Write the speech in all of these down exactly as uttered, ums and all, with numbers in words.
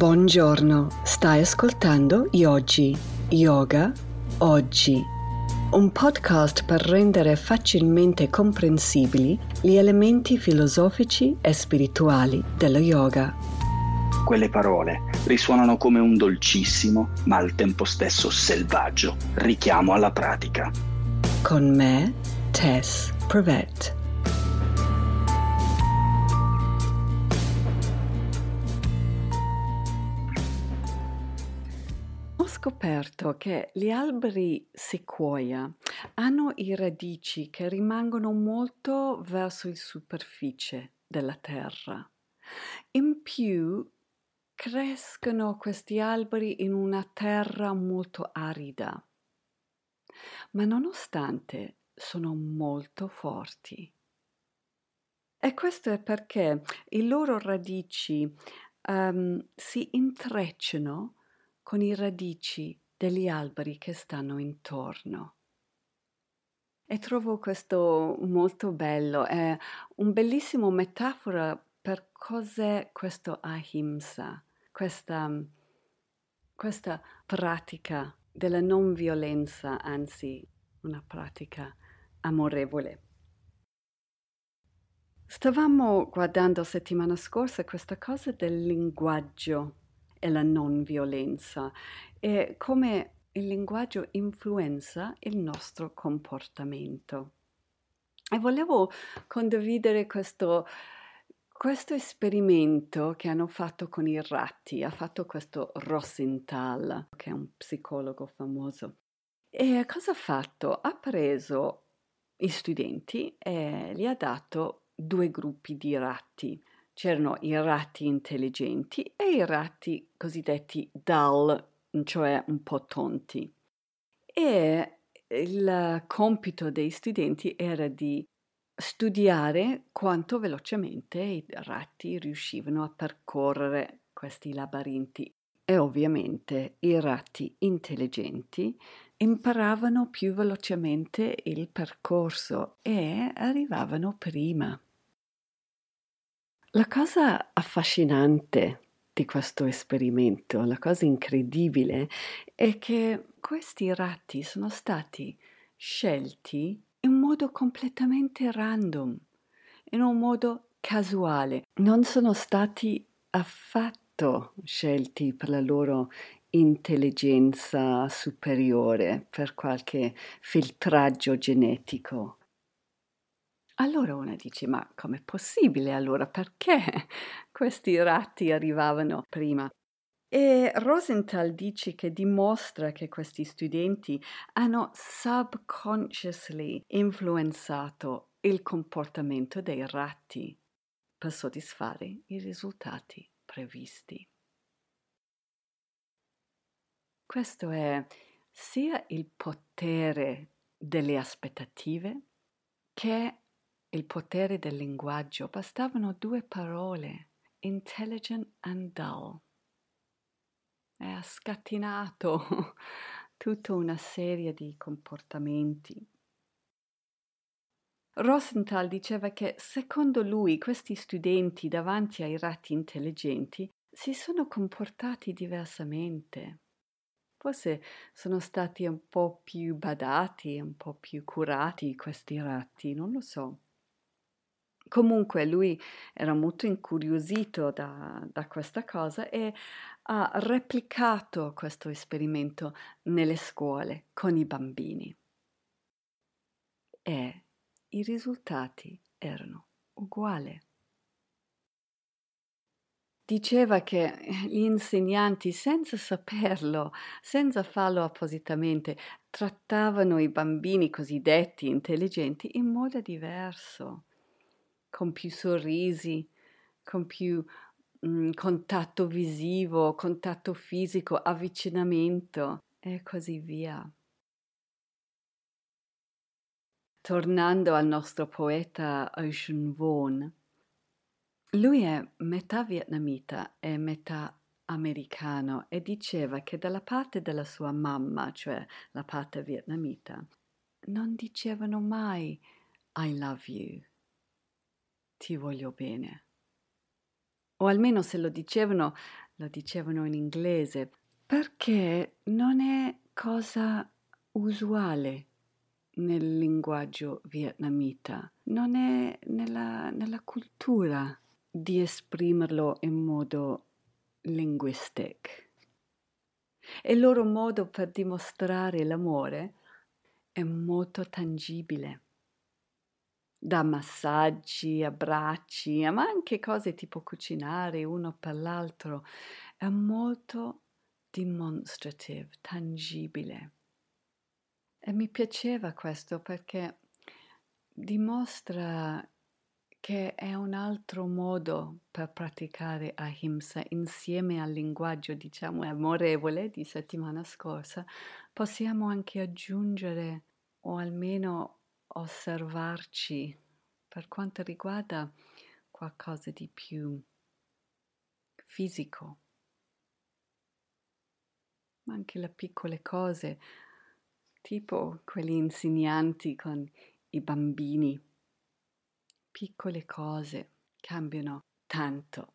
Buongiorno, stai ascoltando Yogi, Yoga Oggi, un podcast per rendere facilmente comprensibili gli elementi filosofici e spirituali dello yoga. Quelle parole risuonano come un dolcissimo, ma al tempo stesso selvaggio, richiamo alla pratica. Con me, Tess Prevet. Ho scoperto che gli alberi sequoia hanno i radici che rimangono molto verso la superficie della terra. In più, crescono questi alberi in una terra molto arida, ma nonostante sono molto forti. E questo è perché i loro radici um, si intrecciano con i radici degli alberi che stanno intorno. E trovo questo molto bello, è un bellissimo metafora per cos'è questo ahimsa, questa, questa pratica della non violenza, anzi una pratica amorevole. Stavamo guardando settimana scorsa questa cosa del linguaggio e la non violenza e come il linguaggio influenza il nostro comportamento. E volevo condividere questo, questo esperimento che hanno fatto con i ratti. Ha fatto questo Rosenthal, che è un psicologo famoso. E cosa ha fatto? Ha preso i studenti e gli ha dato due gruppi di ratti. C'erano i ratti intelligenti e i ratti cosiddetti dull, cioè un po' tonti. E il compito dei studenti era di studiare quanto velocemente i ratti riuscivano a percorrere questi labirinti. E ovviamente i ratti intelligenti imparavano più velocemente il percorso e arrivavano prima. La cosa affascinante di questo esperimento, la cosa incredibile, è che questi ratti sono stati scelti in modo completamente random, in un modo casuale. Non sono stati affatto scelti per la loro intelligenza superiore, per qualche filtraggio genetico. Allora una dice, ma com'è possibile allora? Perché questi ratti arrivavano prima? E Rosenthal dice che dimostra che questi studenti hanno subconsciously influenzato il comportamento dei ratti per soddisfare i risultati previsti. Questo è sia il potere delle aspettative che il potere del linguaggio. Bastavano due parole, intelligent and dull. E ha scatenato tutta una serie di comportamenti. Rosenthal diceva che secondo lui questi studenti davanti ai ratti intelligenti si sono comportati diversamente. Forse sono stati un po' più badati, un po' più curati questi ratti, non lo so. Comunque lui era molto incuriosito da, da questa cosa e ha replicato questo esperimento nelle scuole con i bambini. E i risultati erano uguali. Diceva che gli insegnanti, senza saperlo, senza farlo appositamente, trattavano i bambini cosiddetti intelligenti in modo diverso, con più sorrisi, con più mh, contatto visivo, contatto fisico, avvicinamento e così via. Tornando al nostro poeta Ocean Vuong, lui è metà vietnamita e metà americano e diceva che dalla parte della sua mamma, cioè la parte vietnamita, non dicevano mai I love you, ti voglio bene. O almeno se lo dicevano, lo dicevano in inglese, perché non è cosa usuale nel linguaggio vietnamita, non è nella, nella cultura di esprimerlo in modo linguistico. E il loro modo per dimostrare l'amore è molto tangibile, da massaggi, abbracci, ma anche cose tipo cucinare uno per l'altro, è molto demonstrative, tangibile. E mi piaceva questo perché dimostra che è un altro modo per praticare ahimsa insieme al linguaggio, diciamo, amorevole di settimana scorsa. Possiamo anche aggiungere o almeno osservarci per quanto riguarda qualcosa di più fisico, ma anche le piccole cose, tipo quegli insegnanti con i bambini. Piccole cose cambiano tanto.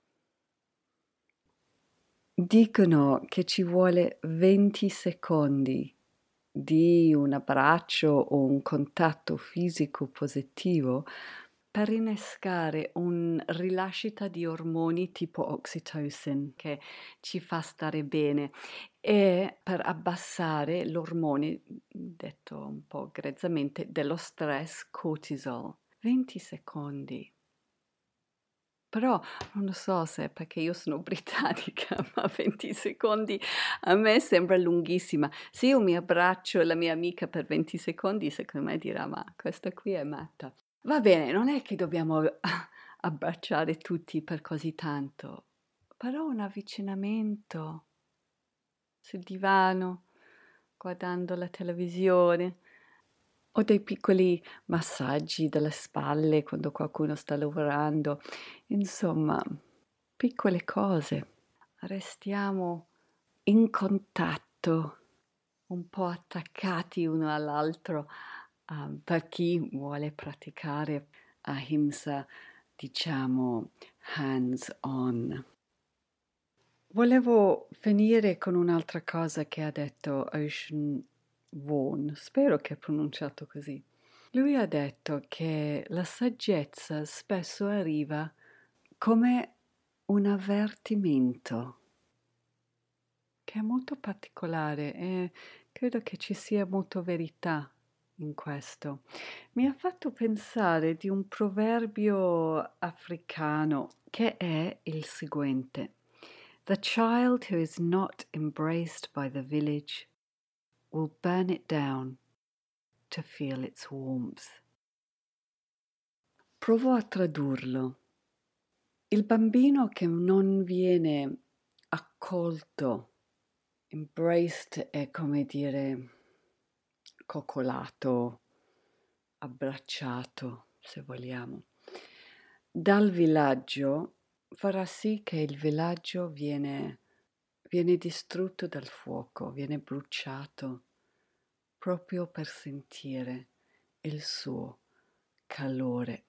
Dicono che ci vuole venti secondi di un abbraccio o un contatto fisico positivo per innescare un rilascita di ormoni tipo oxytocin che ci fa stare bene e per abbassare l'ormone, detto un po' grezzamente, dello stress cortisol. venti secondi. Però non so se è perché io sono britannica, ma venti secondi a me sembra lunghissima. Se io mi abbraccio la mia amica per venti secondi, secondo me dirà, ma questa qui è matta. Va bene, non è che dobbiamo abbracciare tutti per così tanto, però un avvicinamento sul divano, guardando la televisione, o dei piccoli massaggi delle spalle quando qualcuno sta lavorando. Insomma, piccole cose. Restiamo in contatto, un po' attaccati uno all'altro, uh, per chi vuole praticare ahimsa, diciamo, hands on. Volevo finire con un'altra cosa che ha detto Ocean Vuong, spero che è pronunciato così. Lui ha detto che la saggezza spesso arriva come un avvertimento, che è molto particolare e credo che ci sia molta verità in questo. Mi ha fatto pensare di un proverbio africano che è il seguente: The child who is not embraced by the village will burn it down to feel its warmth. Provo a tradurlo. Il bambino che non viene accolto, embraced è come dire coccolato, abbracciato, se vogliamo, dal villaggio, farà sì che il villaggio viene, viene distrutto dal fuoco, viene bruciato, proprio per sentire il suo calore.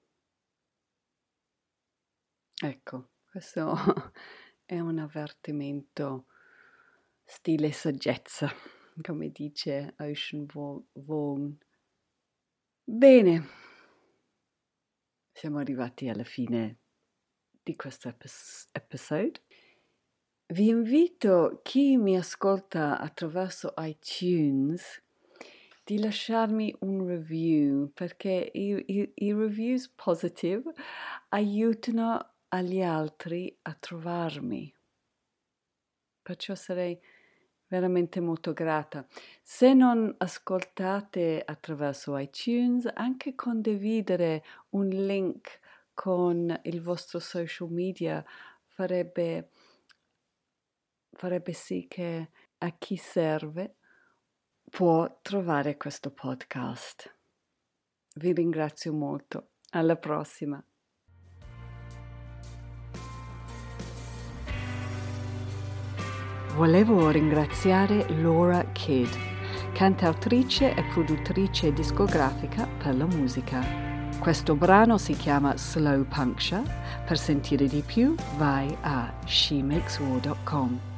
Ecco, questo è un avvertimento stile saggezza, come dice Ocean Vuong. Bene, siamo arrivati alla fine di questo epis- episodio. Vi invito, chi mi ascolta attraverso iTunes, di lasciarmi un review, perché i, i, i reviews positive aiutano agli altri a trovarmi. Perciò sarei veramente molto grata. Se non ascoltate attraverso iTunes, anche condividere un link con il vostro social media farebbe, farebbe sì che a chi serve può trovare questo podcast. Vi ringrazio molto. Alla prossima. Volevo ringraziare Laura Kidd, cantautrice e produttrice discografica per la musica. Questo brano si chiama Slow Puncture. Per sentire di più vai a she makes war dot com.